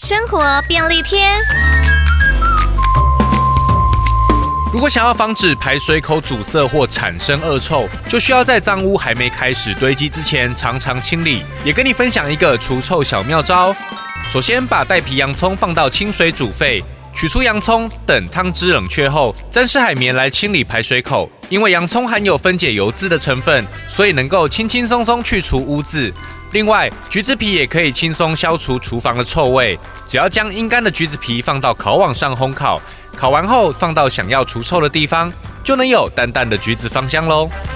生活便利贴。 如果想要防止排水口阻塞或产生恶臭，就需要在脏污还没开始堆积之前常常清理。也跟你分享一个除臭小妙招。首先把带皮洋葱放到清水煮沸，取出洋葱，等汤汁冷却后，沾湿海绵来清理排水口。因为洋葱含有分解油脂的成分，所以能够轻轻松松去除污渍。另外，橘子皮也可以轻松消除厨房的臭味。只要将阴干的橘子皮放到烤网上烘烤，烤完后放到想要除臭的地方，就能有淡淡的橘子芳香咯。